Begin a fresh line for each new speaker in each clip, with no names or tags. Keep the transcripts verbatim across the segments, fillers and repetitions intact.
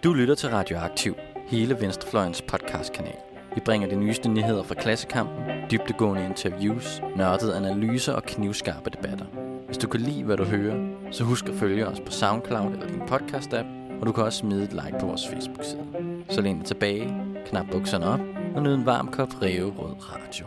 Du lytter til Radioaktiv, hele Venstrefløjens podcastkanal. Vi bringer de nyeste nyheder fra klassekampen, dybdegående interviews, nørdede analyser og knivskarpe debatter. Hvis du kan lide, hvad du hører, så husk at følge os på SoundCloud eller din podcast-app, og du kan også smide et like på vores Facebook-side. Så læn dig tilbage, knap bukserne op og nyd en varm kop ræverød radio.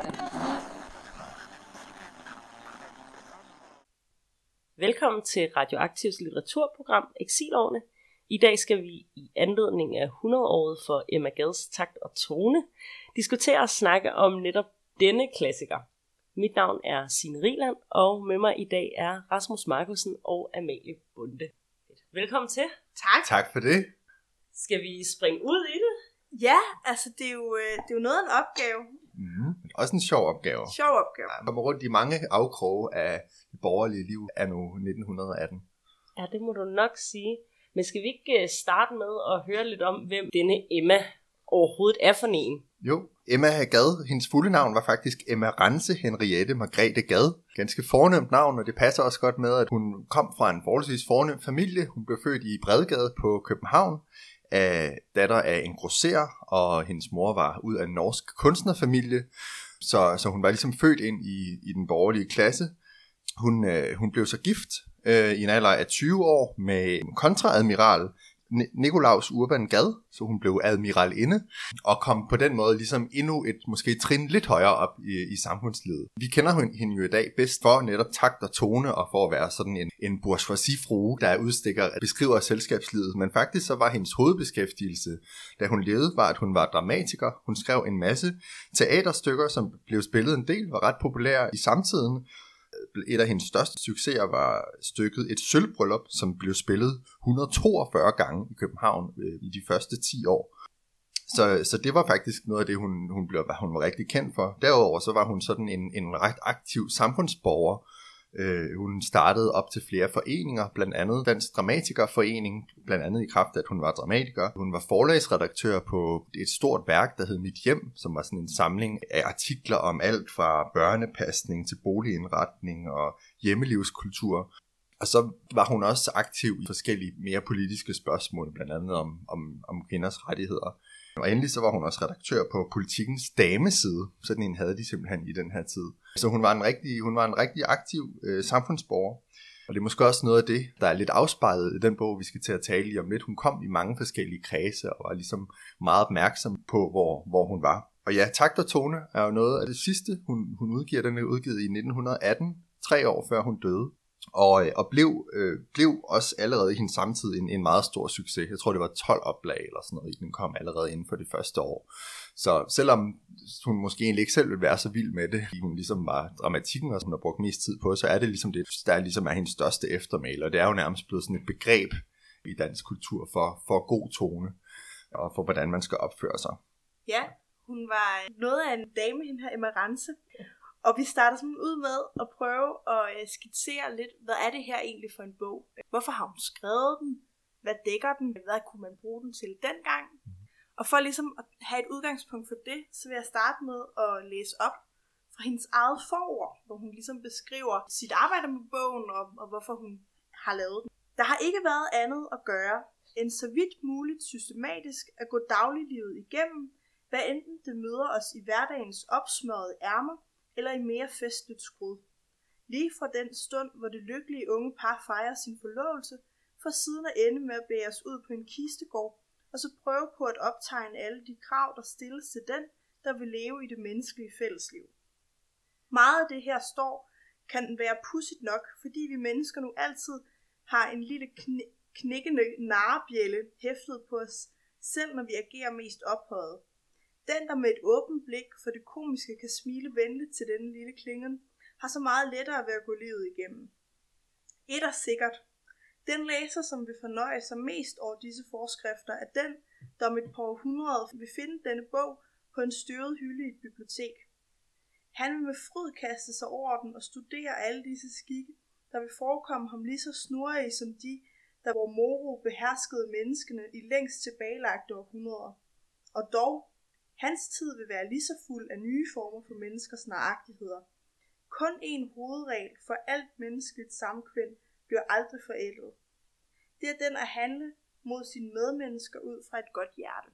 Velkommen til Radioaktivs litteraturprogram Eksilårene. I dag skal vi i anledning af hundrede-året for Emma Gads Takt og Tone diskutere og snakke om netop denne klassiker. Mit navn er Signe Rieland, og med mig i dag er Rasmus Markusen og Amalie Bunde. Velkommen til.
Tak.
Tak for det.
Skal vi springe ud i det?
Ja, altså det er jo, det er jo noget af en opgave.
Mm. Også en sjov opgave.
Sjov opgave.
Jeg kommer rundt i mange afkroge af det borgerlige liv af nu nitten atten.
Ja, det må du nok sige. Men skal vi ikke starte med at høre lidt om, hvem denne Emma overhovedet er for en?
Jo, Emma Gad, hendes fulde navn var faktisk Emma Rense Henriette Margrethe Gad. Ganske fornemt navn, og det passer også godt med, at hun kom fra en forholdsvis fornem familie. Hun blev født i Bredgade på København, af datter af en grosserer, og hendes mor var ud af en norsk kunstnerfamilie. Så, så hun var ligesom født ind i, i den borgerlige klasse. Hun, øh, hun blev så gift øh, i en alder af tyve år med kontraadmiral Nicolaus Urban Gad, så hun blev admiralinde og kom på den måde ligesom endnu et måske trin lidt højere op i, i samfundslivet. Vi kender hende jo i dag bedst for netop takt og tone og for at være sådan en, en bourgeoisie-frue, der udstikker beskriver selskabslivet, men faktisk så var hendes hovedbeskæftigelse, da hun levede, var at hun var dramatiker. Hun skrev en masse teaterstykker, som blev spillet en del, var ret populære i samtiden. Et af hendes største succeser var stykket Et sølvbryllup, som blev spillet et hundrede og toogfyrre gange i København øh, i de første ti år. Så, så det var faktisk noget af det, hun, hun, blev, hun var rigtig kendt for. Derudover så var hun sådan en, en ret aktiv samfundsborger. Øh, hun startede op til flere foreninger, blandt andet Dansk Dramatikerforening, blandt andet i kraft af, at hun var dramatiker. Hun var forlagsredaktør på et stort værk, der hed Mit Hjem, som var sådan en samling af artikler om alt fra børnepasning til boligindretning og hjemmelivskultur. Og så var hun også aktiv i forskellige mere politiske spørgsmål, blandt andet om, om, om kvinders rettigheder. Og endelig så var hun også redaktør på Politikens dameside, sådan en havde de simpelthen i den her tid. Så hun var en rigtig, hun var en rigtig aktiv øh, samfundsborger. Og det er måske også noget af det, der er lidt afspejlet i den bog, vi skal til at tale i om lidt. Hun kom i mange forskellige kredse og var ligesom meget opmærksom på, hvor, hvor hun var. Og ja, Takt og Tone er jo noget af det sidste, hun, hun udgiver. Den er udgivet i nitten atten, tre år før hun døde. Og, og blev, øh, blev også allerede i hendes samtid en, en meget stor succes. Jeg tror, det var tolv oplag eller sådan noget. Den kom allerede inden for det første år. Så selvom hun måske egentlig ikke selv ville være så vild med det, fordi hun ligesom var dramatikken, og hun har brugt mest tid på, så er det ligesom det, der ligesom er hendes største eftermæle. Og det er jo nærmest blevet sådan et begreb i dansk kultur for, for god tone, og for hvordan man skal opføre sig.
Ja, hun var noget af en dame, hende her Emma Rense. Og vi starter sådan ud med at prøve at skitsere lidt, hvad er det her egentlig for en bog? Hvorfor har hun skrevet den? Hvad dækker den? Hvad kunne man bruge den til dengang? Og for ligesom at have et udgangspunkt for det, så vil jeg starte med at læse op fra hendes eget forord, hvor hun ligesom beskriver sit arbejde med bogen og, og hvorfor hun har lavet den. Der har ikke været andet at gøre, end så vidt muligt systematisk at gå dagliglivet igennem, hvad enten det møder os i hverdagens opsmørrede ærmer, eller i mere festligt skrud. Lige fra den stund, hvor det lykkelige unge par fejrer sin forlovelse, for siden at ende med at bære os ud på en kistegård, og så prøve på at optegne alle de krav, der stilles til den, der vil leve i det menneskelige fællesliv. Meget af det her står, kan være pudsigt nok, fordi vi mennesker nu altid har en lille kn- knækkende narrebjælle hæftet på os, selv når vi agerer mest ophøjet. Den, der med et åbent blik for det komiske kan smile venligt til denne lille klingen, har så meget lettere ved at gå livet igennem. Et er sikkert. Den læser, som vil fornøje sig mest over disse forskrifter, er den, der om et par århundreder vil finde denne bog på en støvet hylde i et bibliotek. Han vil med fryd kaste sig over den og studere alle disse skikke, der vil forekomme ham lige så snurrige som de, der hvor Moro beherskede menneskene i længst tilbagelagte århundreder. Og dog, hans tid vil være lige så fuld af nye former for menneskers nøjagtigheder. Kun en hovedregel for alt menneskeligt samkvem bliver aldrig forældet. Det er den at handle, mod sine medmennesker ud fra et godt hjerte.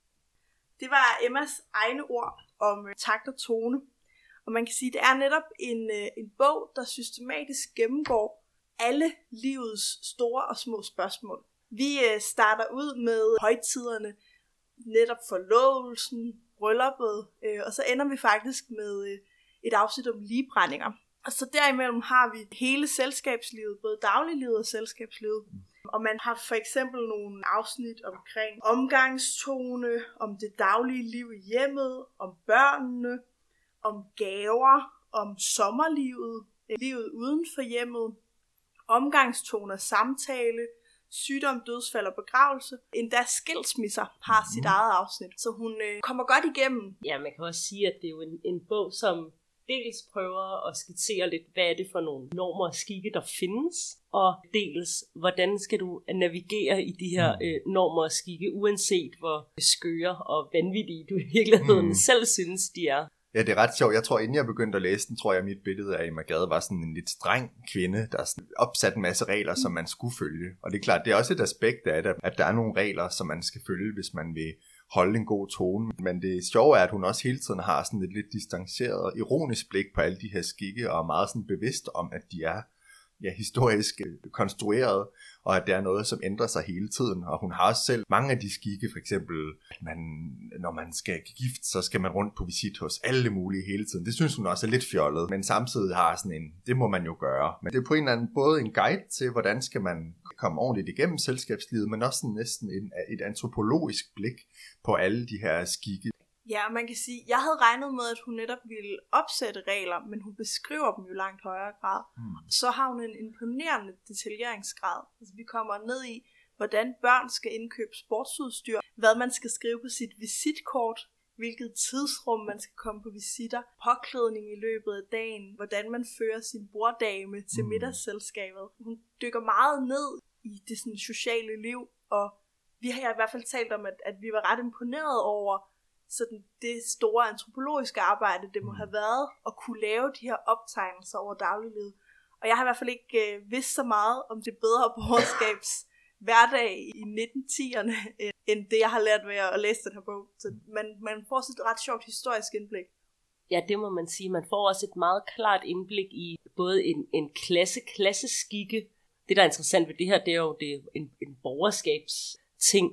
Det var Emmas egne ord om takt og tone. Og man kan sige, at det er netop en, en bog, der systematisk gennemgår alle livets store og små spørgsmål. Vi starter ud med højtiderne, netop forlovelsen, brylluppet, og så ender vi faktisk med et afsnit om ligebrændinger. Og så derimellem har vi hele selskabslivet, både dagliglivet og selskabslivet. Og man har for eksempel nogle afsnit omkring omgangstone, om det daglige liv i hjemmet, om børnene, om gaver, om sommerlivet, livet uden for hjemmet, omgangstoner, samtale, sygdom, dødsfald og begravelse. Endda skilsmisser har sit eget afsnit, så hun øh, kommer godt igennem.
Ja, man kan også sige, at det er jo en, en bog, som dels prøver at skitsere lidt, hvad er det for nogle normer og skikke, der findes, og dels, hvordan skal du navigere i de her øh, normer og skikke, uanset hvor skøre og vanvittige du i virkeligheden mm. selv synes, de er.
Ja, det er ret sjovt. Jeg tror, inden jeg begyndte at læse den, tror jeg, mit billede af Emma Gad var sådan en lidt streng kvinde, der sådan opsat en masse regler, som man skulle følge. Og det er klart, det er også et aspekt af det, at der er nogle regler, som man skal følge, hvis man vil holde en god tone. Men det sjove er, at hun også hele tiden har sådan et lidt distanceret, ironisk blik på alle de her skikke, og er meget sådan bevidst om, at de er ja, historisk konstrueret, og at det er noget, som ændrer sig hele tiden. Og hun har også selv mange af de skikke, for eksempel, man, når man skal gift, så skal man rundt på visit hos alle mulige hele tiden. Det synes hun også er lidt fjollet, men samtidig har sådan en, det må man jo gøre. Men det er på en eller anden både en guide til, hvordan skal man komme ordentligt igennem selskabslivet, men også næsten en, et antropologisk blik på alle de her skikke.
Ja, man kan sige, jeg havde regnet med, at hun netop ville opsætte regler, men hun beskriver dem jo langt højere grad. Hmm. Så har hun en imponerende detaljeringsgrad. Altså, vi kommer ned i, hvordan børn skal indkøbe sportsudstyr, hvad man skal skrive på sit visitkort, hvilket tidsrum man skal komme på visitter, påklædning i løbet af dagen, hvordan man fører sin borddame til hmm. middagsselskabet. Hun dykker meget ned i det sådan, sociale liv, og vi har i hvert fald talt om, at, at vi var ret imponeret over sådan det store antropologiske arbejde, det må have været at kunne lave de her optegnelser over dagliglivet. Og jeg har i hvert fald ikke øh, vidst så meget om det bedre borgerskabs hverdag i nitten tierne, end det jeg har lært ved at læse den her bog. Så man, man får sådan et ret sjovt historisk indblik.
Ja, det må man sige. Man får også et meget klart indblik i både en, en klasse, klasseskikke. Det, der er interessant ved det her, det er jo det er en, en borgerskabsting,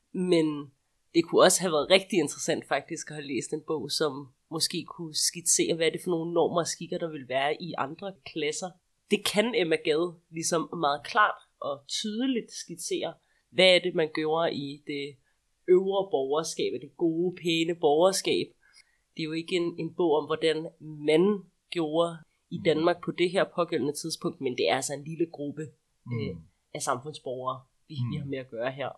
men det kunne også have været rigtig interessant faktisk at have læst en bog, som måske kunne skitsere, hvad er det for nogle normer og skikker, der vil være i andre klasser. Det kan Emma Gad ligesom meget klart og tydeligt skitsere, hvad er det, man gør i det øvre borgerskab, det gode, pæne borgerskab. Det er jo ikke en, en bog om, hvordan man gjorde i Danmark på det her pågældende tidspunkt, men det er altså en lille gruppe mm. øh, af samfundsborgere, vi, mm. vi har med at gøre her.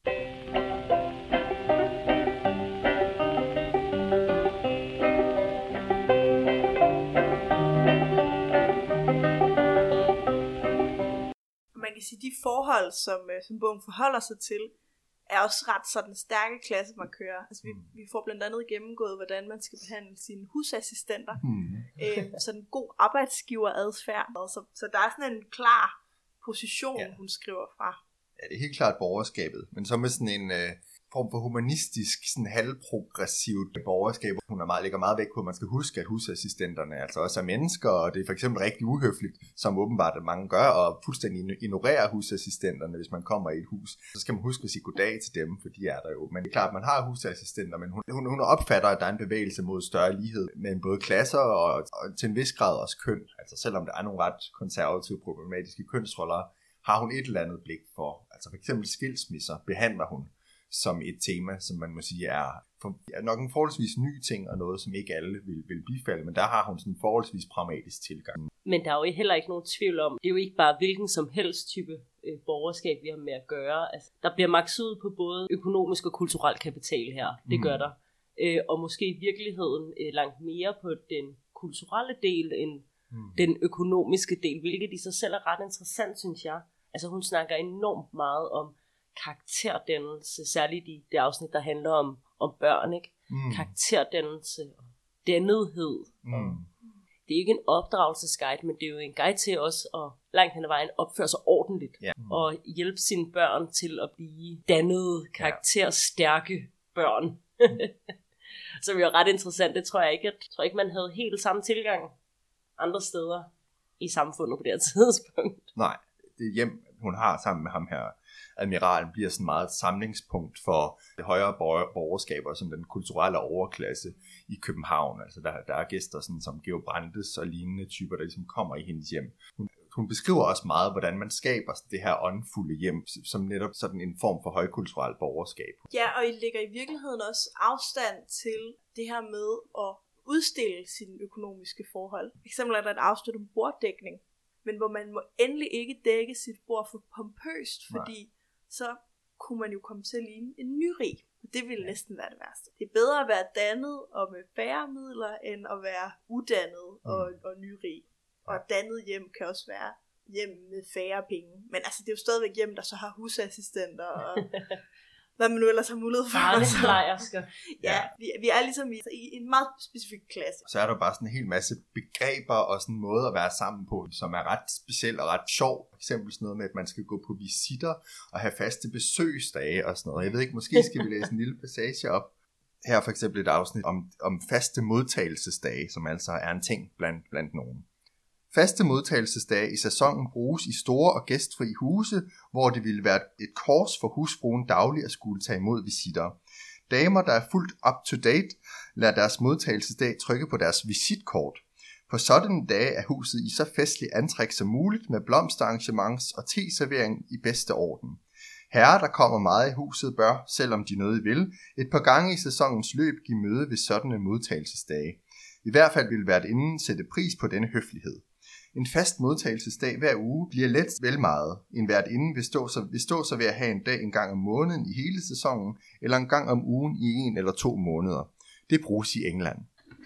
Man kan sige, de forhold, som, som bogen forholder sig til, er også ret sådan stærke klassemarkører. Altså vi, vi får blandt andet gennemgået, hvordan man skal behandle sine husassistenter. Mm. Øh, sådan en god arbejdsgiveradfærd. Så, så der er sådan en klar position, ja. Hun skriver fra.
Ja, det er helt klart borgerskabet, men så med sådan en øh, form for humanistisk, sådan halvprogressivt borgerskab. Hun er meget, lægger meget vægt på, at man skal huske, at husassistenterne altså også er mennesker, og det er for eksempel rigtig uhøfligt, som åbenbart at mange gør, og fuldstændig ignorerer husassistenterne, hvis man kommer i et hus. Så skal man huske at sige goddag til dem, for de er der jo. Men det er klart, at man har husassistenter, men hun, hun, hun opfatter, at der er en bevægelse mod større lighed mellem både klasser og, og til en vis grad også køn. Altså selvom der er nogle ret konservative, problematiske kønsroller, har hun et eller andet blik for. Altså for eksempel skilsmisser behandler hun som et tema, som man må sige er, for, er nok en forholdsvis ny ting, og noget, som ikke alle vil, vil bifalde, men der har hun sådan en forholdsvis pragmatisk tilgang.
Men der er jo heller ikke nogen tvivl om, det er jo ikke bare hvilken som helst type øh, borgerskab, vi har med at gøre. Altså, der bliver makset ud på både økonomisk og kulturel kapital her, det mm. gør der. Øh, og måske i virkeligheden øh, langt mere på den kulturelle del, end mm. den økonomiske del, hvilket i sig selv er ret interessant, synes jeg. Altså hun snakker enormt meget om karakterdannelse, særligt i det afsnit, der handler om, om børn, ikke? Mm. Karakterdannelse og dannethed. Mm. Og det er ikke en opdragelsesguide, men det er jo en guide til os at langt hen ad vejen opføre sig ordentligt.
Ja. Mm.
Og hjælpe sine børn til at blive dannede, karakterstærke børn. Som jo er ret interessant. Det tror jeg ikke, at, jeg tror ikke man havde helt samme tilgang andre steder i samfundet på det her tidspunkt.
Nej, det hjem, hun har sammen med ham her, admiralen, bliver sådan meget et samlingspunkt for det højere borgerskaber, som den kulturelle overklasse i København. Altså der, der er gæster sådan, som Georg Brandes og lignende typer, der ligesom kommer i hendes hjem. Hun, hun beskriver også meget, hvordan man skaber det her åndfulde hjem, som netop sådan en form for højkulturel borgerskab.
Ja, og I lægger i virkeligheden også afstand til det her med at udstille sine økonomiske forhold. For eksempel er der et afsnit om borddækning, men hvor man må endelig ikke dække sit bord for pompøst, fordi Nej. så kunne man jo komme til at ligne en nyrig. Og det ville ja. næsten være det værste. Det er bedre at være dannet og med færre midler, end at være uddannet mm. og, og nyrig. Og dannet hjem kan også være hjem med færre penge. Men altså, det er jo stadigvæk hjem, der så har husassistenter og hvad man nu ellers har mulighed for.
Barneplejersker.
Ja, vi, vi er ligesom i, i en meget specifik klasse.
Så er der bare sådan en hel masse begreber og sådan en måde at være sammen på, som er ret speciel og ret sjov. For eksempel sådan noget med, at man skal gå på visitter og have faste besøgsdage og sådan noget. Jeg ved ikke, måske skal vi læse en lille passage op. Her for eksempel et afsnit om, om faste modtagelsesdage, som altså er en ting blandt, blandt nogen. Faste modtagelsesdage i sæsonen bruges i store og gæstfri huse, hvor det ville være et kors for husfruen dagligt at skulle tage imod visitter. Damer, der er fuldt up-to-date, lader deres modtagelsesdag trykke på deres visitkort. På sådanne dage er huset i så festlig antræk som muligt med blomsterarrangements og teservering i bedste orden. Herrer, der kommer meget i huset, bør, selvom de nødig vil, et par gange i sæsonens løb give møde ved sådanne modtagelsesdage. I hvert fald vil værtinden sætte pris på denne høflighed. En fast modtagelsesdag hver uge bliver let vel meget. En værtinde vil stå, så, vil stå så ved at have en dag en gang om måneden i hele sæsonen, eller en gang om ugen i en eller to måneder. Det bruges i England.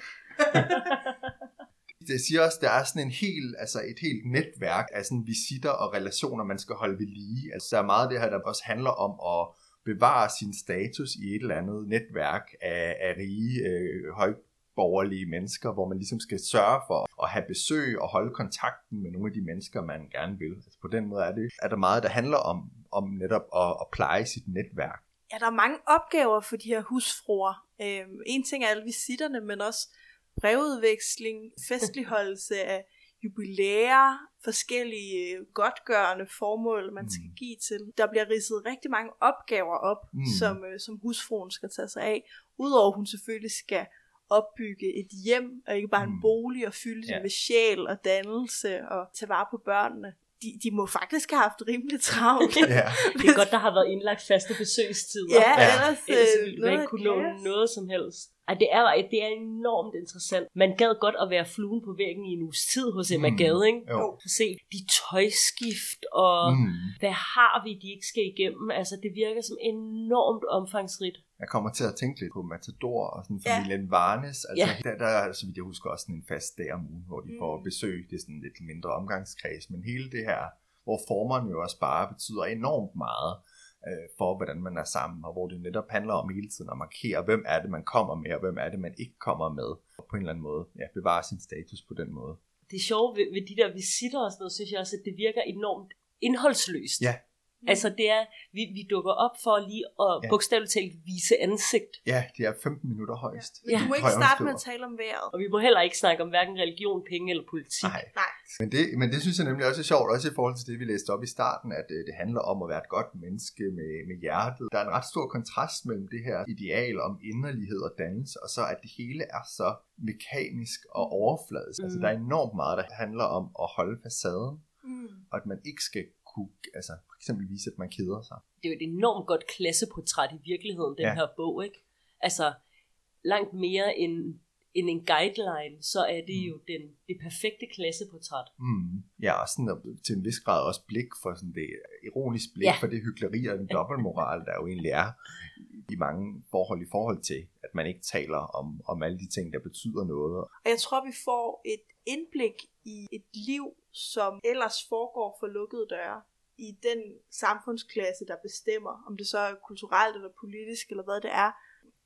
Det siger også, at der er sådan en hel, altså et helt netværk af sådan visitter og relationer, man skal holde ved lige. Altså der er meget af det her, der også handler om at bevare sin status i et eller andet netværk af, af rige, øh, høj borgerlige mennesker, hvor man ligesom skal sørge for at have besøg og holde kontakten med nogle af de mennesker, man gerne vil. Altså på den måde er, det, er der meget, der handler om, om netop at, at pleje sit netværk.
Ja, der er mange opgaver for de her husfruer. Øhm, en ting er alle visitterne, men også brevudveksling, festligholdelse af jubilæer, forskellige godtgørende formål, man skal give til. Der bliver ridset rigtig mange opgaver op, mm. som, øh, som husfruen skal tage sig af. Udover hun selvfølgelig skal opbygge et hjem, og ikke bare en bolig, og fylde det yeah. med sjæl og dannelse, og tage vare på børnene. De, de må faktisk have haft rimelig travlt.
Yeah. Det er godt, der har været indlagt faste besøgstider.
Ja, ja. ellers,
ellers ville man ikke kunne nå noget som helst. Ej, det er, det er enormt interessant. Man gad godt at være fluen på væggen i en uges tid hos Emma mm. Gad, ikke?
Jo.
Se de tøjskift, og mm. hvad har vi, de ikke skal igennem. Altså, det virker som enormt omfangsrigt.
Jeg kommer til at tænke lidt på Matador og sådan familien ja. Varnes. Altså, ja. der, der er, så vidt jeg husker, også sådan en fast dag om ugen, hvor de mm. får besøg. Det er sådan lidt mindre omgangskreds. Men hele det her, hvor formerne jo også bare betyder enormt meget for, hvordan man er sammen, og hvor det netop handler om hele tiden at markere, hvem er det, man kommer med, og hvem er det, man ikke kommer med, og på en eller anden måde, ja, bevare sin status på den måde.
Det er sjovt ved, ved de der visitter og sådan noget, synes jeg også, at det virker enormt indholdsløst.
Ja.
Mm. Altså det er, vi, vi dukker op for lige at ja. bogstaveligt talt vise ansigt.
Ja, det er femten minutter højst.
Ja. Men du må ikke starte med at tale om vejret.
Og vi må heller ikke snakke om hverken religion, penge eller politik.
Nej. Nej. Men, det, men det synes jeg nemlig også er sjovt, også i forhold til det, vi læste op i starten, at øh, det handler om at være et godt menneske med, med hjertet. Der er en ret stor kontrast mellem det her ideal om inderlighed og dannelse, og så at det hele er så mekanisk og overfladisk. Mm. Altså der er enormt meget, der handler om at holde facaden, mm. og at man ikke skal kunne, altså for eksempel vise, at man keder sig.
Det er jo et enormt godt klasseportræt i virkeligheden, den ja. her bog, ikke? Altså langt mere end, end en guideline, så er det mm. jo den, det perfekte klasseportræt.
Mm. Ja, og sådan til en vis grad også blik for sådan det ironisk blik ja. for det hykleri og den dobbeltmoral, der jo egentlig er i mange forhold i forhold til, at man ikke taler om, om alle de ting, der betyder noget.
Og jeg tror, vi får et indblik i et liv, som ellers foregår for lukkede døre, i den samfundsklasse, der bestemmer, om det så er kulturelt eller politisk, eller hvad det er.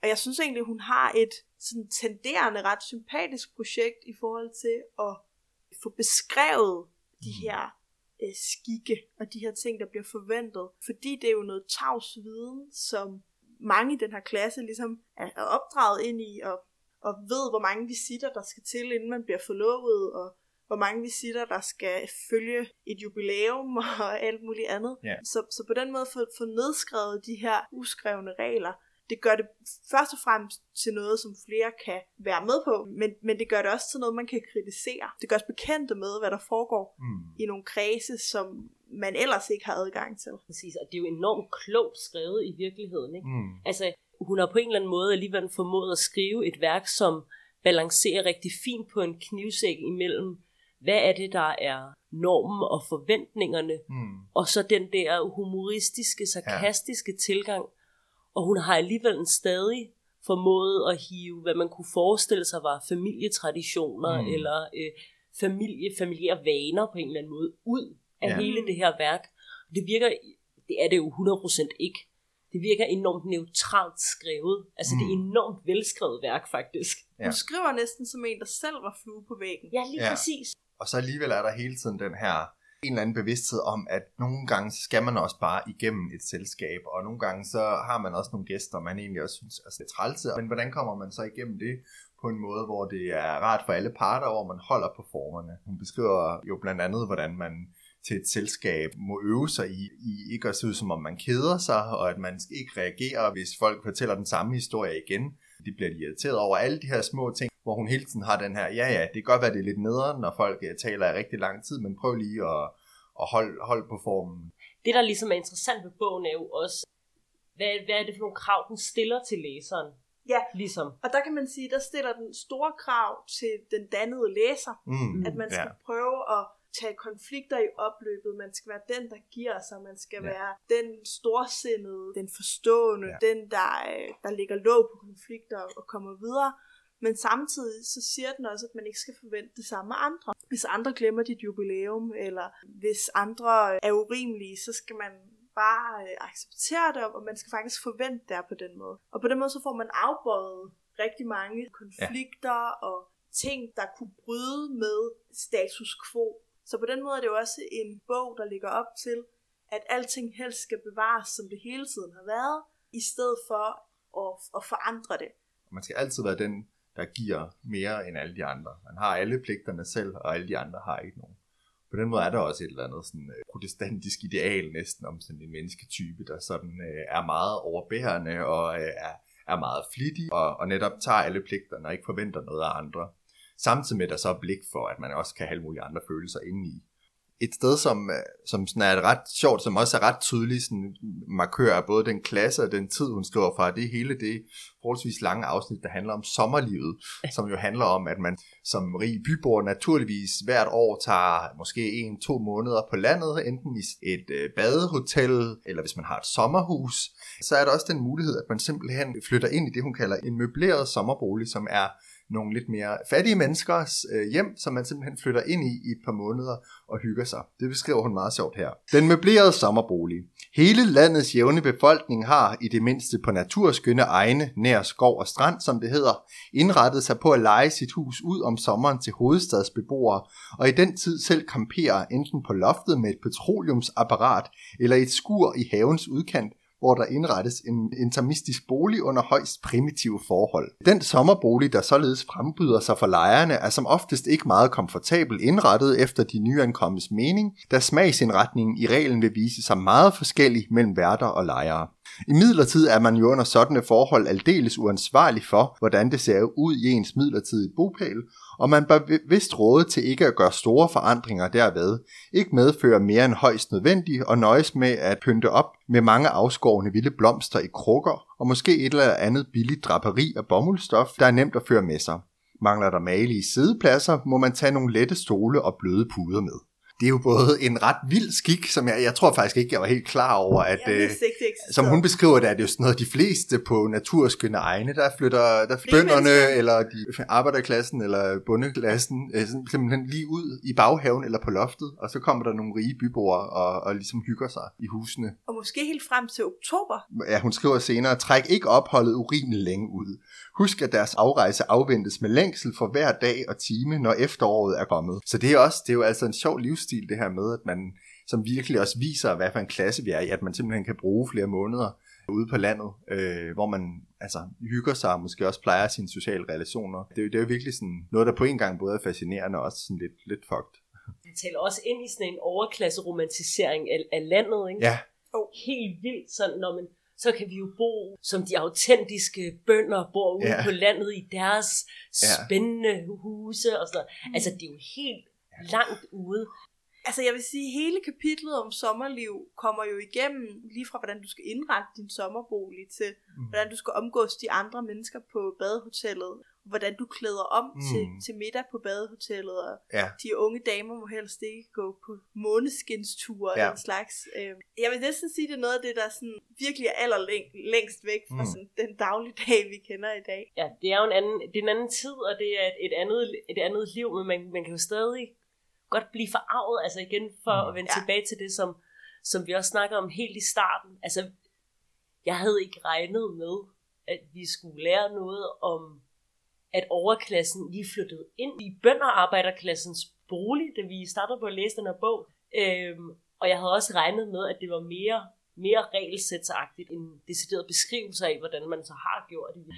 Og jeg synes egentlig, hun har et sådan tenderende, ret sympatisk projekt i forhold til at få beskrevet de her øh, skikke og de her ting, der bliver forventet. Fordi det er jo noget tavs viden, som mange i den her klasse ligesom er opdraget ind i, og, og ved, hvor mange visitter der skal til, inden man bliver forlovet, og hvor mange visitter der skal følge et jubilæum og alt muligt andet. Yeah. Så, så på den måde få, få nedskrevet de her uskrevne regler, det gør det først og fremmest til noget, som flere kan være med på, men, men det gør det også til noget, man kan kritisere. Det gør os bekendte med, hvad der foregår mm. i nogle kredse, som man ellers ikke har adgang til.
Præcis, og det er jo enormt klogt skrevet i virkeligheden. Ikke? Mm. Altså, hun har på en eller anden måde alligevel formået at skrive et værk, som balancerer rigtig fint på en knivsæk imellem, hvad er det, der er normen og forventningerne, mm. og så den der humoristiske, sarkastiske ja. tilgang. Og hun har alligevel stadig formået at hive, hvad man kunne forestille sig var familietraditioner, mm. eller øh, familie, familiære vaner på en eller anden måde, ud af ja. hele det her værk. Det virker, det er det jo hundrede procent ikke. Det virker enormt neutralt skrevet. Altså mm. det er enormt velskrevet værk, faktisk.
Ja. Hun skriver næsten som en, der selv var flue på væggen.
Ja, lige ja. præcis.
Og så alligevel er der hele tiden den her en eller anden bevidsthed om, at nogle gange så skal man også bare igennem et selskab, og nogle gange så har man også nogle gæster, man egentlig også synes er trælse. Men hvordan kommer man så igennem det på en måde, hvor det er rart for alle parter, hvor man holder på formerne? Hun beskriver jo blandt andet, hvordan man til et selskab må øve sig i, i ikke at se ud som om man keder sig, og at man ikke reagerer, hvis folk fortæller den samme historie igen. De bliver irriteret over alle de her små ting, hvor hun hele tiden har den her, ja ja, det kan godt være, det er lidt nederen, når folk taler i rigtig lang tid, men prøv lige at, at holde, holde på formen.
Det, der ligesom er interessant ved bogen, er jo også, hvad, hvad er det for nogle krav, den stiller til læseren?
Ja,
ligesom.
Og der kan man sige, der stiller den store krav til den dannede læser, mm, at man skal ja. prøve at tage konflikter i opløbet, man skal være den, der giver sig, man skal ja. være den storsindede, den forstående, ja. den, der, der lægger låg på konflikter og kommer videre. Men samtidig så siger den også, at man ikke skal forvente det samme af andre. Hvis andre glemmer dit jubilæum, eller hvis andre er urimelige, så skal man bare acceptere det, og man skal faktisk forvente det på den måde. Og på den måde så får man afbøjet rigtig mange konflikter ja. og ting, der kunne bryde med status quo. Så på den måde er det jo også en bog, der ligger op til, at alting helst skal bevares, som det hele tiden har været, i stedet for at, at forandre det.
Man skal altid være den, der giver mere end alle de andre. Man har alle pligterne selv, og alle de andre har ikke nogen. På den måde er der også et eller andet sådan, uh, protestantisk ideal næsten om sådan en mennesketype, der sådan uh, er meget overbærende og uh, er, er meget flittig og, og netop tager alle pligterne og ikke forventer noget af andre. Samtidig med, at der så er blik for, at man også kan have alle mulige andre følelser indeni. Et sted, som, som sådan er ret sjovt, som også er ret tydeligt sådan markør af både den klasse og den tid, hun skriver fra, det er hele det forholdsvis lange afsnit, der handler om sommerlivet, som jo handler om, at man som rig bybor naturligvis hvert år tager måske en, to måneder på landet, enten i et øh, badehotel, eller hvis man har et sommerhus, så er der også den mulighed, at man simpelthen flytter ind i det, hun kalder en møbleret sommerbolig, som er nogle lidt mere fattige menneskers øh, hjem, som man simpelthen flytter ind i i et par måneder og hygger sig. Det beskriver hun meget sjovt her. Den møblerede sommerbolig. Hele landets jævne befolkning har, i det mindste på naturskønne egne, nær skov og strand, som det hedder, indrettet sig på at leje sit hus ud om sommeren til hovedstadsbeboere, og i den tid selv campere enten på loftet med et petroleumsapparat eller et skur i havens udkant, hvor der indrettes en intermistisk bolig under højst primitive forhold. Den sommerbolig, der således frembyder sig for lejerne, er som oftest ikke meget komfortabel indrettet efter de nyankomnes mening, da smagsindretningen i reglen vil vise sig meget forskellig mellem værter og lejere. Imidlertid er man jo under sådanne forhold aldeles uansvarlig for, hvordan det ser ud i ens midlertidige bopæl, og man bør vist råde til ikke at gøre store forandringer derved, ikke medføre mere end højst nødvendigt og nøjes med at pynte op med mange afskårne vilde blomster i krukker og måske et eller andet billigt draperi af bomuldstof, der er nemt at føre med sig. Mangler der malige siddepladser, må man tage nogle lette stole og bløde puder med. Det er jo både en ret vild skik, som jeg, jeg tror faktisk ikke, jeg var helt klar over, at
jeg
øh,
ikke, det
som hun beskriver det, er det jo sådan noget, de fleste på naturskønne egne, der flytter der bønderne, eller de arbejderklassen, eller bondeklassen, øh, simpelthen lige ud i baghaven eller på loftet, og så kommer der nogle rige byboere og, og ligesom hygger sig i husene.
Og måske helt frem til oktober.
Ja, hun skriver senere, træk ikke opholdet urimeligt længe ud. Husk, at deres afrejse afventes med længsel for hver dag og time, når efteråret er kommet. Så det er, også, det er jo altså en sjov livsstil, det her med, at man som virkelig også viser, hvad for en klasse vi er i, at man simpelthen kan bruge flere måneder ude på landet, øh, hvor man altså hygger sig og måske også plejer sine sociale relationer. Det er, det er jo virkelig sådan noget, der på en gang både er fascinerende og også sådan lidt, lidt fucked.
Det taler også ind i sådan en overklasse-romantisering af, af landet, ikke?
Ja.
Oh. Helt vildt, sådan når man så kan vi jo bo som de autentiske bønder bor ude ja. på landet i deres spændende ja. huse og sådan noget. Altså det er jo helt langt ude.
Altså jeg vil sige, hele kapitlet om sommerliv kommer jo igennem lige fra hvordan du skal indrette din sommerbolig til mm. hvordan du skal omgås de andre mennesker på badehotellet, hvordan du klæder om mm. til, til middag på badehotellet, og ja. de unge damer må helst ikke gå på måneskinsture og ja. den slags. Jeg vil næsten sige, det er noget af det, der sådan virkelig er allerlængst væk fra mm. sådan den dagligdag, vi kender i dag.
Ja, det er jo en anden, det er en anden tid, og det er et, et, andet, et andet liv, men man, man kan jo stadig godt blive forarvet, altså igen for mm. at vende ja. tilbage til det, som, som vi også snakker om helt i starten. Altså, jeg havde ikke regnet med, at vi skulle lære noget om, at overklassen lige flyttede ind i bønderarbejderklassens bolig, da vi startede på at læse den her bog. Øhm, og jeg havde også regnet med, at det var mere, mere regelsætsagtigt end decideret beskrivelse af, hvordan man så har gjort det.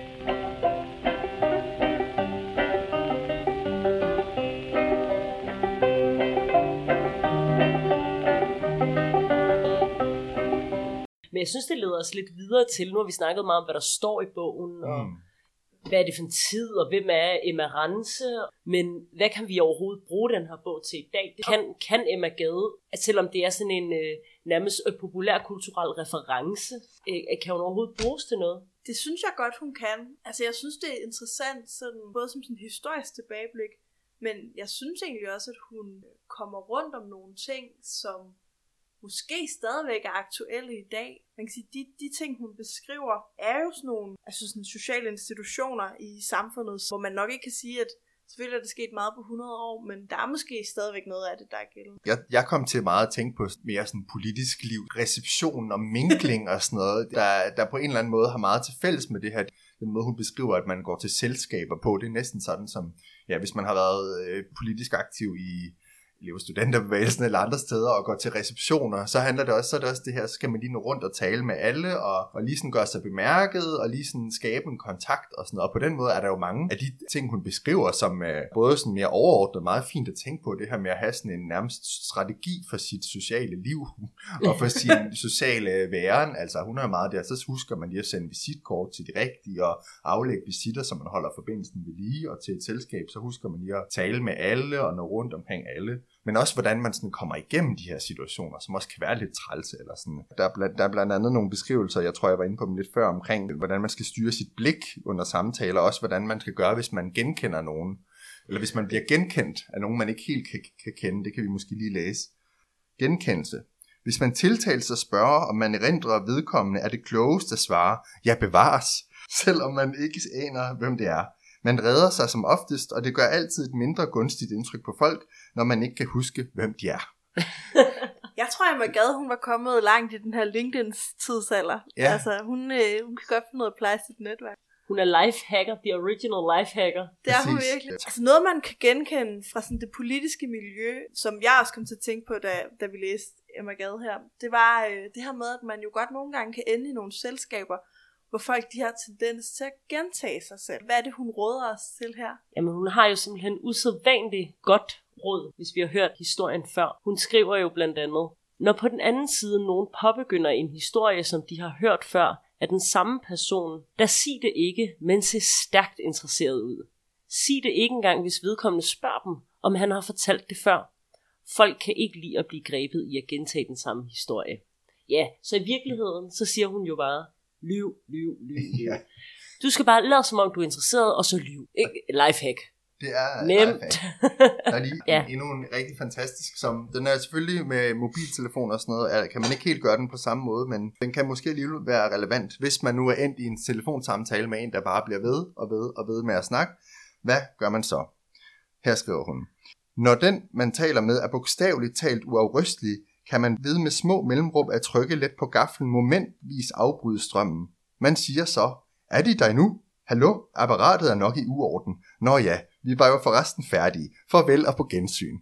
Men jeg synes, det leder os lidt videre til, nu har vi snakket meget om, hvad der står i bogen, og mm. hvad er det for en tid, og hvem er Emma Rance, men hvad kan vi overhovedet bruge den her bog til i dag? Kan, kan Emma Gade, at selvom det er sådan en øh, nærmest øh, populærkulturel reference, øh, kan hun overhovedet bruges til noget?
Det synes jeg godt, hun kan. Altså jeg synes, det er interessant, sådan, både som sådan historisk tilbageblik, men jeg synes egentlig også, at hun kommer rundt om nogle ting, som måske stadigvæk er aktuelle i dag. Man kan sige, de, de ting, hun beskriver, er jo sådan nogle altså sådan sociale institutioner i samfundet, hvor man nok ikke kan sige, at selvfølgelig er det sket meget på hundrede år, men der er måske stadigvæk noget af det, der er gældende.
Jeg, jeg kom til meget at tænke på mere sådan politisk liv, reception og minkling og sådan noget, der, der på en eller anden måde har meget til fælles med det her. Den måde, hun beskriver, at man går til selskaber på, det er næsten sådan som, ja, hvis man har været øh, politisk aktiv i lever studenterbevægelsen eller andre steder og går til receptioner, så handler det også, så er det også det her, så skal man lige nå rundt og tale med alle, og, og lige sådan gøre sig bemærket, og lige sådan skabe en kontakt og sådan noget. Og på den måde er der jo mange af de ting, hun beskriver, som er både sådan mere overordnet, meget fint at tænke på, det her med at have sådan en nærmest strategi for sit sociale liv, og for sin sociale væren. Altså hun er meget der, så husker man lige at sende visitkort til de rigtige, og aflægge visitter, så man holder forbindelsen ved lige, og til et selskab, så husker man lige at tale med alle, og nå rundt omkring alle. Men også hvordan man sådan kommer igennem de her situationer, som også kan være lidt trælse eller sådan. Der er, blandt, der er blandt andet nogle beskrivelser, jeg tror jeg var inde på dem lidt før, omkring hvordan man skal styre sit blik under samtaler, og også hvordan man skal gøre, hvis man genkender nogen, eller hvis man bliver genkendt af nogen, man ikke helt kan, kan kende. Det kan vi måske lige læse. Genkendelse. Hvis man tiltales og spørger, om man erindrer vedkommende, er det klogest at svare, ja bevares, selvom man ikke aner, hvem det er. Man redder sig som oftest, og det gør altid et mindre gunstigt indtryk på folk, når man ikke kan huske, hvem de er.
Jeg tror, Emma Gade, hun var kommet langt i den her LinkedIns tidsalder. Ja. Altså, hun, øh, hun kan godt finde noget at pleje sit netværk.
Hun er lifehacker, the original lifehacker.
Det er hun virkelig. Altså noget, man kan genkende fra sådan det politiske miljø, som jeg også kom til at tænke på, da, da vi læste Emma Gade her, det var øh, det her med, at man jo godt nogle gange kan ende i nogle selskaber, hvor folk de har tendens til at gentage sig selv. Hvad er det, hun råder os til her?
Jamen, hun har jo simpelthen usædvanligt godt råd, hvis vi har hørt historien før. Hun skriver jo blandt andet, når på den anden side nogen påbegynder en historie, som de har hørt før, af den samme person, der sig det ikke, men ser stærkt interesseret ud. Sig det ikke engang, hvis vedkommende spørger dem, om han har fortalt det før. Folk kan ikke lide at blive grebet i at gentage den samme historie. Ja, så i virkeligheden, så siger hun jo bare, lyv, lyv, lyv, lyv. Du skal bare lade som om du er interesseret, og så lyv. Lifehack.
Det er
nemt.
Der er lige
ja.
endnu en rigtig fantastisk, som den er selvfølgelig med mobiltelefon og sådan noget, kan man ikke helt gøre den på samme måde, men den kan måske alligevel være relevant, hvis man nu er endt i en telefonsamtale med en, der bare bliver ved og ved og ved med at snakke. Hvad gør man så? Her skriver hun. Når den, man taler med, er bogstaveligt talt uafrystelig, kan man ved med små mellemrum at trykke let på gaflen momentvis afbryde strømmen. Man siger så, er de der nu? Hallo, apparatet er nok i uorden. Nå ja, vi var jo forresten færdige. Farvel og på gensyn.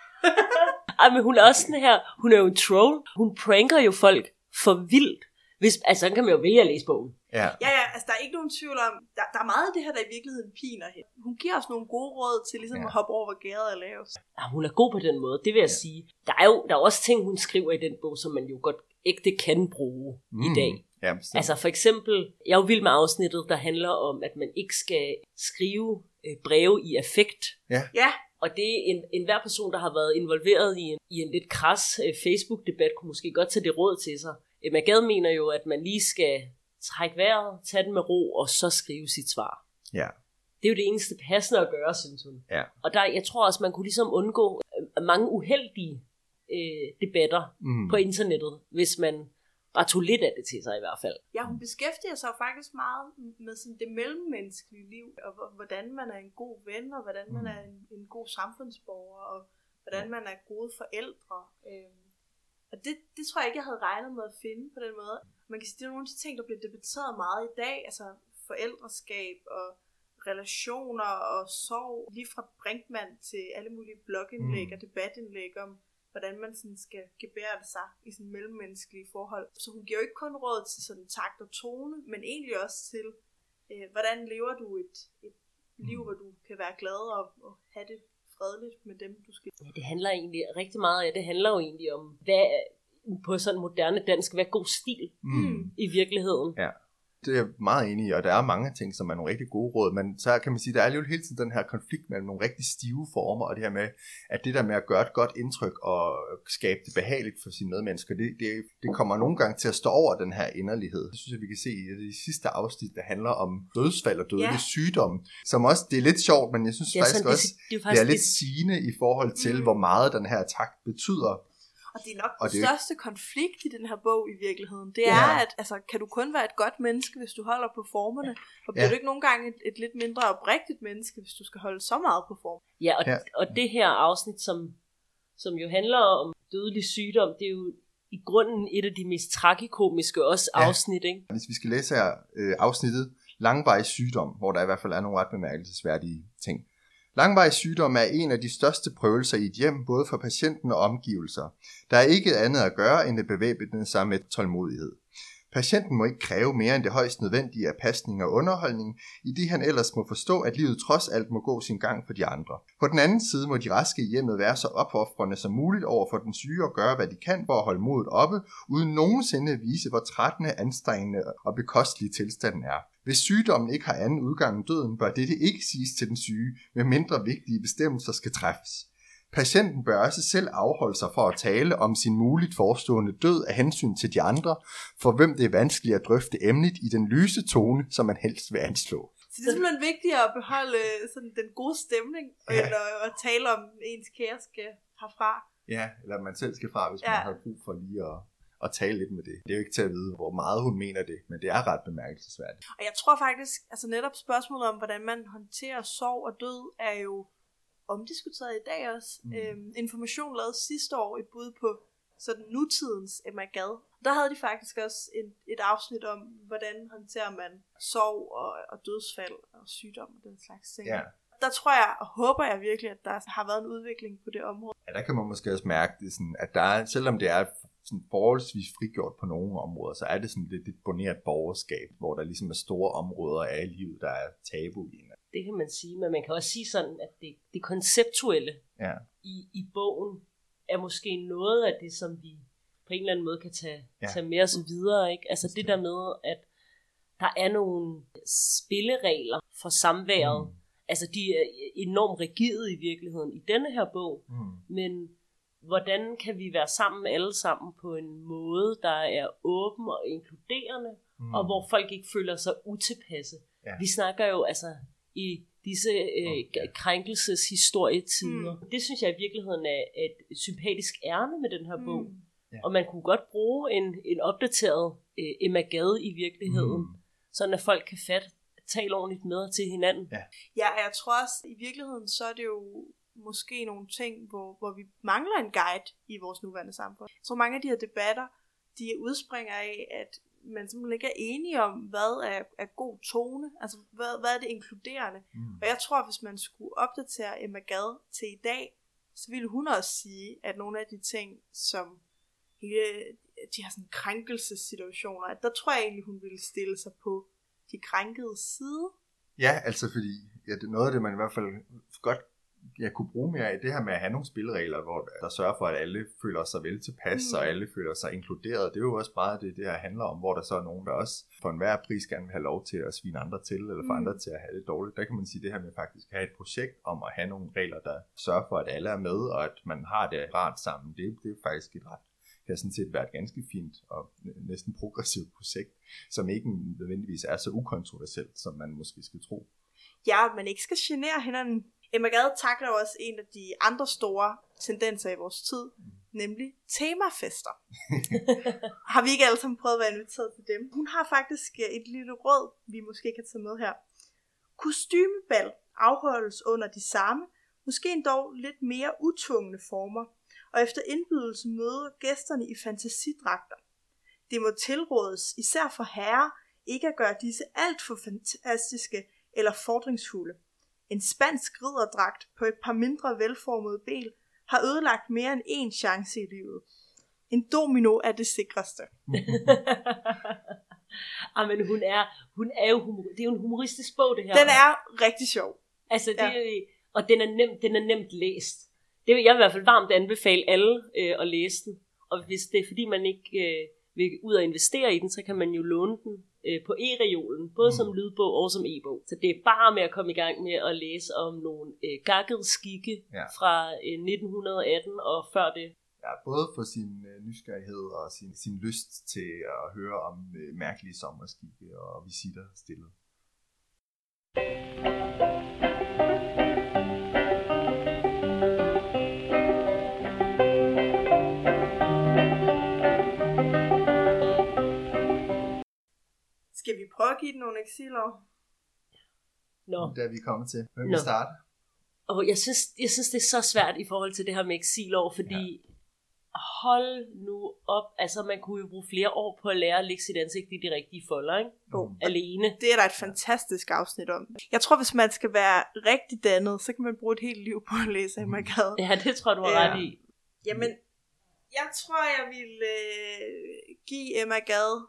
Ej, men hun er også sådan her, hun er jo en troll. Hun pranker jo folk for vildt. Hvis, altså, så kan man jo vælge at læse bogen.
Ja,
ja, ja altså der er ikke nogen tvivl om, der, der er meget af det her, der i virkeligheden piner hende. Hun giver os nogle gode råd til ligesom ja. at hoppe over, hvor gæret er lavest.
Ja, hun er god på den måde, det vil jeg ja. sige. Der er jo der er også ting, hun skriver i den bog, som man jo godt ægte kan bruge mm. i dag. Ja, altså for eksempel, jeg er jo vild med afsnittet, der handler om, at man ikke skal skrive øh, breve i affekt.
Ja.
Ja.
Og det er en, en hver person, der har været involveret i en, i en lidt kras øh, Facebook-debat, kunne måske godt tage det råd til sig. Emma Gad mener jo, at man lige skal trække vejret, tage den med ro, og så skrive sit svar.
Ja.
Det er jo det eneste passende at gøre, synes hun.
Ja.
Og der, jeg tror også, man kunne ligesom undgå øh, mange uheldige øh, debatter mm. på internettet, hvis man bare tog lidt af det til sig i hvert fald.
Ja, hun beskæftiger sig faktisk meget med sådan det mellemmenneskelige liv, og hvordan man er en god ven, og hvordan man er en, en god samfundsborger, og hvordan man er gode forældre. Øhm, og det, det tror jeg ikke, jeg havde regnet med at finde på den måde. Man kan sige, det er nogle af de ting, der bliver debatteret meget i dag, altså forældreskab og relationer og sorg, lige fra Brinkmann til alle mulige blogindlæg mm. og debatindlæg om, hvordan man sådan skal gebærde sig i sådan mellemmenneskelige forhold. Så hun giver jo ikke kun råd til sådan takt og tone, men egentlig også til, øh, hvordan lever du et, et liv, hvor du kan være glad og, og have det fredeligt med dem, du skal.
Ja, det handler egentlig rigtig meget af, det handler jo egentlig om, hvad på sådan moderne dansk, hvad er god stil mm. i virkeligheden.
Ja. Det er jeg meget enig i, og der er mange ting, som er nogle rigtig gode råd, men så kan man sige, der er jo hele tiden den her konflikt mellem nogle rigtig stive former, og det her med, at det der med at gøre et godt indtryk og skabe det behageligt for sine medmennesker, det, det, det kommer nogle gange til at stå over den her inderlighed. Det synes jeg, vi kan se i de sidste afsnit, der handler om dødsfald og dødelig ja. sygdom, som også, det er lidt sjovt, men jeg synes faktisk sådan, også, det, det, er faktisk det er lidt sigende i forhold til, mm. hvor meget den her takt betyder.
Og det er nok og den det... største konflikt i den her bog i virkeligheden. Det er, ja. at altså, kan du kun være et godt menneske, hvis du holder på formerne? Og bliver ja. du ikke nogle gange et, et lidt mindre oprigtigt menneske, hvis du skal holde så meget på form?
Ja, og, ja. og det her afsnit, som, som jo handler om dødelig sygdom, det er jo i grunden et af de mest tragikomiske også ja. afsnit, ikke?
Hvis vi skal læse her øh, afsnittet Langvarig sygdom, hvor der i hvert fald er nogle ret bemærkelsesværdige ting. Langvarig sygdom er en af de største prøvelser i et hjem, både for patienten og omgivelser. Der er ikke andet at gøre, end at bevæbne sig med tålmodighed. Patienten må ikke kræve mere end det højst nødvendige af pasning og underholdning, i det han ellers må forstå, at livet trods alt må gå sin gang for de andre. På den anden side må de raske i hjemmet være så opofrende som muligt over for den syge og gøre, hvad de kan for at holde modet oppe, uden nogensinde at vise, hvor trættende, anstrengende og bekostelig tilstanden er. Hvis sygdommen ikke har anden udgang end døden, bør dette ikke siges til den syge, med mindre vigtige bestemmelser skal træffes. Patienten bør også selv afholde sig for at tale om sin muligt forestående død af hensyn til de andre, for hvem det er vanskeligt at drøfte emnet i den lyse tone, som man helst vil anslå.
Så det er simpelthen vigtigt at beholde sådan den gode stemning, ja. eller at tale om ens kære skal herfra.
Ja, eller man selv skal fra, hvis ja. man har brug for lige at, at tale lidt med det. Det er jo ikke til at vide, hvor meget hun mener det, men det er ret bemærkelsesværdigt.
Og jeg tror faktisk, altså netop spørgsmålet om, hvordan man håndterer sorg og død, er jo omdiskuteret i dag også. Mm. Øhm, information lavet sidste år et bud på sådan nutidens Emma Gad. Der havde de faktisk også en, et afsnit om, hvordan håndterer man sorg og, og dødsfald og sygdom og den slags ting.
Ja.
Der tror jeg og håber jeg virkelig, at der har været en udvikling på det område.
Ja, der kan man måske også mærke, det sådan, at der er, selvom det er sådan forholdsvis frigjort på nogle områder, så er det sådan lidt et boneret borgerskab, hvor der ligesom er store områder af livet, der er tabu i.
Det kan man sige, men man kan også sige sådan, at det, det konceptuelle
ja.
i, i bogen er måske noget af det, som vi på en eller anden måde kan tage, ja. tage med os videre. Ikke? Altså det der med, at der er nogle spilleregler for samværet. Mm. Altså de er enormt rigide i virkeligheden i denne her bog, mm. men hvordan kan vi være sammen alle sammen på en måde, der er åben og inkluderende, mm. og hvor folk ikke føler sig utilpasse. Ja. Vi snakker jo altså i disse øh, okay. krænkelseshistorietider. Mm. Det synes jeg i virkeligheden er et sympatisk ærne med den her mm. bog. Yeah. Og man kunne godt bruge en, en opdateret øh, Emma Gad i virkeligheden, mm. sådan at folk kan fatte, tale ordentligt med til hinanden.
Ja, ja, jeg tror også, i virkeligheden, så er det jo måske nogle ting, hvor, hvor vi mangler en guide i vores nuværende samfund. Jeg tror, mange af de her debatter, de udspringer af, at man simpelthen ikke er enige om, hvad er, er god tone, altså hvad, hvad er det inkluderende. Mm. Og jeg tror, hvis man skulle opdatere Emma Gad til i dag, så ville hun også sige, at nogle af de ting, som hele de her sådan krænkelsessituationer, at der tror jeg egentlig, hun ville stille sig på de krænkede side.
Ja, altså fordi ja, det er noget af det, man i hvert fald godt jeg kunne bruge mere af, det her med at have nogle spilleregler, hvor der sørger for, at alle føler sig vel tilpas, mm. og alle føler sig inkluderet. Det er jo også meget det, det her handler om, hvor der så er nogen, der også for enhver pris gerne vil have lov til at svine andre til, eller få mm. andre til at have det dårligt. Der kan man sige det her med faktisk at have et projekt om at have nogle regler, der sørger for, at alle er med, og at man har det rart sammen. Det, det er faktisk et ret kan sådan set være et ganske fint og næsten progressivt projekt, som ikke nødvendigvis er så ukontroversielt, som man måske skal tro.
Ja, man ikke skal genere hinanden. Emma Gad takler jo også en af de andre store tendenser i vores tid, mm. nemlig temafester. Har vi ikke alle sammen prøvet at være inviteret til dem? Hun har faktisk et lille råd, vi måske kan tage med her. Kostymebal afholdes under de samme, måske endog lidt mere utvungne former, og efter indbydelse møder gæsterne i fantasidragter. Det må tilrådes, især for herrer, ikke at gøre disse alt for fantastiske eller fordringsfulde. En spansk ridderdragt på et par mindre velformede ben har ødelagt mere end én chance i livet. En domino er det sikreste.
ah, men hun er, hun er jo humor, det er jo en humoristisk bog, det her.
Den er rigtig sjov.
Altså, det, ja. Og den er, nemt, den er nemt læst. Det vil jeg i hvert fald varmt anbefale alle øh, at læse den. Og hvis det er fordi man ikke øh, vil ud og investere i den, så kan man jo låne den øh, på e-reolen, både mm. som lydbog og som e-bog. Så det er bare med at komme i gang med at læse om nogle øh, gakkede skikke ja. fra øh, nitten atten og før det.
Ja, både for sin øh, nysgerrighed og sin, sin lyst til at høre om øh, mærkelige sommerskikke og visitter stillet.
Skal vi prøve at give den nogle eksilår?
Nå.
Det er vi kommet til. Hvem vil starte?
Og jeg synes, jeg synes, det er så svært i forhold til det her med eksilår, fordi ja. hold nu op, altså man kunne jo bruge flere år på at lære at lægge sit ansigt i de rigtige folder, ikke?
Oh.
Alene.
Det er der et fantastisk afsnit om. Jeg tror, hvis man skal være rigtig dannet, så kan man bruge et helt liv på at læse Emma Gad.
Ja, det tror du har
ja.
ret i.
Jamen, jeg tror, jeg vil øh, give Emma Gad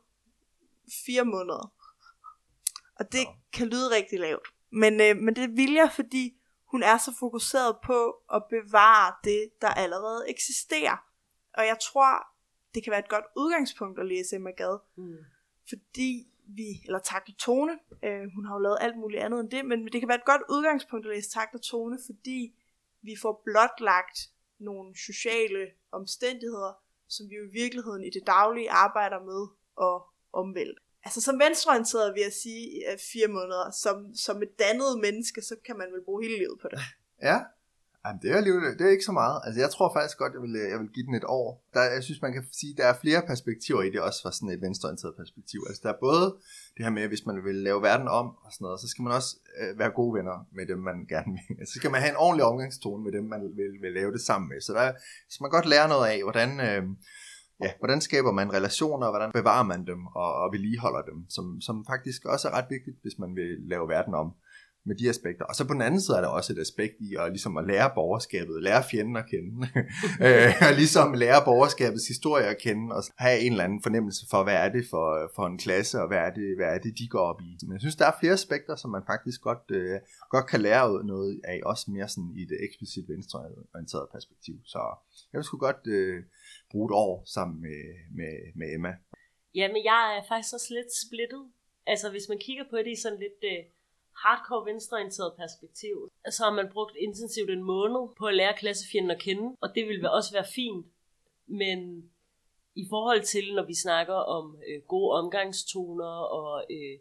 fire måneder. Og det ja. kan lyde rigtig lavt. Men, øh, men det vil jeg, fordi hun er så fokuseret på at bevare det, der allerede eksisterer. Og jeg tror, det kan være et godt udgangspunkt at læse Emma Gad. Mm. Fordi vi, eller Takt og Tone, øh, hun har jo lavet alt muligt andet end det, men det kan være et godt udgangspunkt at læse Takt og Tone, fordi vi får blotlagt nogle sociale omstændigheder, som vi jo i virkeligheden i det daglige arbejder med at omvælte. Altså som venstreorienteret vil jeg sige at fire måneder. Som, som et dannet menneske, så kan man vel bruge hele livet på det.
Ja, jamen, det, er alligevel, det er ikke så meget. Altså jeg tror faktisk godt, jeg vil, jeg vil give den et år. Der, jeg synes, man kan sige, at der er flere perspektiver i det, også fra sådan et venstreorienteret perspektiv. Altså der er både det her med, at hvis man vil lave verden om og sådan noget, så skal man også øh, være gode venner med dem, man gerne vil. Altså, så skal man have en ordentlig omgangstone med dem, man vil, vil lave det sammen med. Så der skal man godt lære noget af, hvordan... Øh, Ja, hvordan skaber man relationer, og hvordan bevarer man dem og, og vedligeholder dem, som, som faktisk også er ret vigtigt, hvis man vil lave verden om med de aspekter. Og så på den anden side er der også et aspekt i at, ligesom at lære borgerskabet, lære fjenden at kende, og ligesom lære borgerskabets historie at kende, og have en eller anden fornemmelse for, hvad er det for, for en klasse, og hvad er, det, hvad er det, de går op i. Men jeg synes, der er flere aspekter, som man faktisk godt, øh, godt kan lære noget af, også mere sådan i det eksplicit venstreorienterede perspektiv. Så jeg vil sgu godt... Øh, bruge et år sammen med, med, med Emma.
Jamen, jeg er faktisk også lidt splittet. Altså, hvis man kigger på det i sådan lidt uh, hardcore venstreorienteret perspektiv, så har man brugt intensivt en måned på at lære klassefjenden at kende, og det vil også være fint. Men i forhold til, når vi snakker om uh, gode omgangstoner og uh,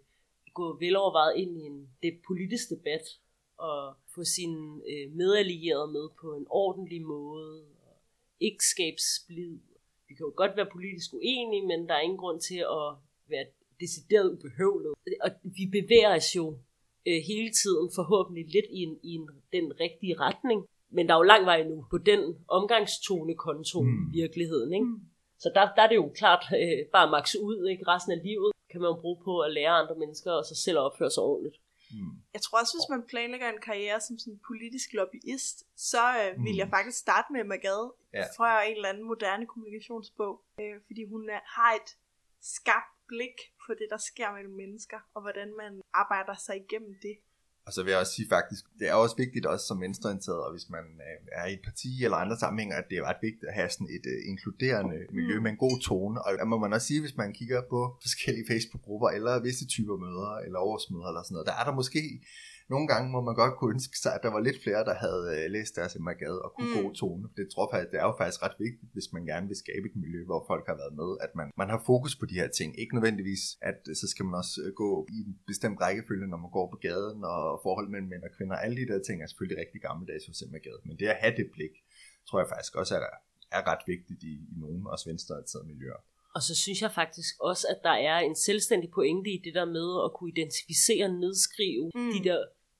gå velovervejet ind i en det politisk debat, og få sine øh, medallierede med på en ordentlig måde, og ikke skabe splid. Vi kan jo godt være politisk uenige, men der er ingen grund til at være decideret ubehøvlet. Og vi bevæger os jo øh, hele tiden forhåbentlig lidt i, en, i en, den rigtige retning. Men der er jo lang vej nu på den omgangstonekonto mm. i virkeligheden. Ikke? Mm. Så der, der er det jo klart øh, bare at makse ud. Ikke? Resten af livet kan man jo bruge på at lære andre mennesker og sig selv at opføre sig ordentligt.
Mm. Jeg tror også, hvis man planlægger en karriere som sådan en politisk lobbyist, så øh, vil mm. jeg faktisk starte med Emma Gad ja. fra en eller anden moderne kommunikationsbog. Øh, fordi hun er, har et skarpt blik på det, der sker mellem mennesker, og hvordan man arbejder sig igennem det.
Og så vil jeg også sige faktisk, det er også vigtigt også som venstreorienteret, og hvis man er i et parti eller andre sammenhænger, at det er ret vigtigt at have sådan et uh, inkluderende miljø mm. med en god tone. Og der må man også sige, hvis man kigger på forskellige Facebook-grupper, eller visse typer møder, eller årsmøder eller sådan noget, der er der måske nogle gange, hvor man godt kunne ønske sig, at der var lidt flere, der havde uh, læst deres Emma Gad og kunne mm. god tone. Det tror jeg, det er jo faktisk ret vigtigt, hvis man gerne vil skabe et miljø, hvor folk har været med, at man, man har fokus på de her ting. Ikke nødvendigvis, at uh, så skal man også uh, gå i en bestemt rækkefølge, når man går på gaden, og forhold mellem mænd og kvinder. Alle de der ting er selvfølgelig rigtig gammeldags hos Emma Gad. Men det at have det blik, tror jeg faktisk også er, er ret vigtigt i, i nogle også venstreorienterede miljøer.
Og så synes jeg faktisk også, at der er en selvstændig pointe i det der med at kunne identificere og nedskrive mm. de der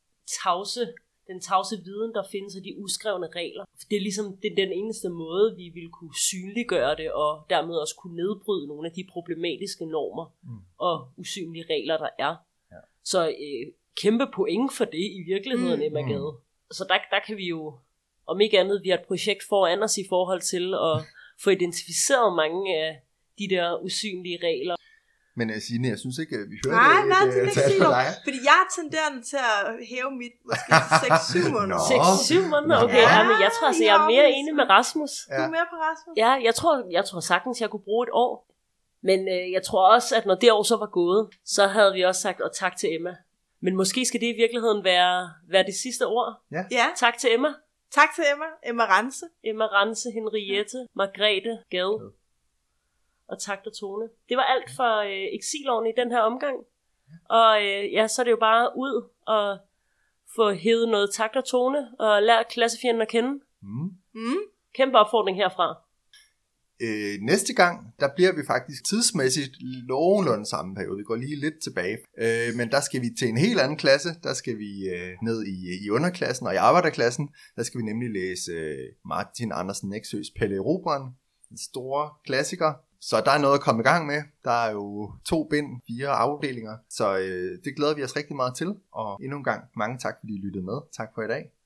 tavse, den tavse viden, der findes af de uskrevne regler. Det er ligesom det er den eneste måde, vi vil kunne synliggøre det, og dermed også kunne nedbryde nogle af de problematiske normer mm. og usynlige regler, der er. Ja. Så øh, kæmpe point for det i virkeligheden, mm. Emma Gad. Så der, der kan vi jo, om ikke andet, vi har et projekt foran os i forhold til at få identificeret mange af de der usynlige regler.
Men uh, Signe, jeg synes ikke, vi hører
nej,
det.
Nej, nej, det er ikke dig. Fordi jeg er tenderende til at hæve mit måske seks syv måneder.
seks syv måneder? Okay, ja, men jeg tror altså, jeg er mere enig med Rasmus.
Ja. Du er mere på Rasmus?
Ja, jeg tror, jeg tror sagtens, jeg kunne bruge et år. Men øh, jeg tror også, at når det år så var gået, så havde vi også sagt, og tak til Emma. Men måske skal det i virkeligheden være, være det sidste ord.
Ja.
ja.
Tak til Emma.
Tak til Emma. Emma Ranse.
Emma Ranse, Henriette, Margrethe Gad. Ja. Og takt og tone. Det var alt for øh, Exilårene i den her omgang. Og øh, ja, så er det jo bare ud og få hævet noget takt og tone og lære klassefjenden at kende.
Mm.
Mm.
Kæmpe opfordring herfra.
Øh, næste gang, der bliver vi faktisk tidsmæssigt nogenlunde samme periode. Vi går lige lidt tilbage. Øh, men der skal vi til en helt anden klasse. Der skal vi øh, ned i, i underklassen og i arbejderklassen. Der skal vi nemlig læse øh, Martin Andersen Nexøs Pelle Erobreren. En stor klassiker. Så der er noget at komme i gang med. Der er jo to bind, fire afdelinger. Så øh, det glæder vi os rigtig meget til. Og endnu en gang mange tak, fordi I lyttede med. Tak for i dag.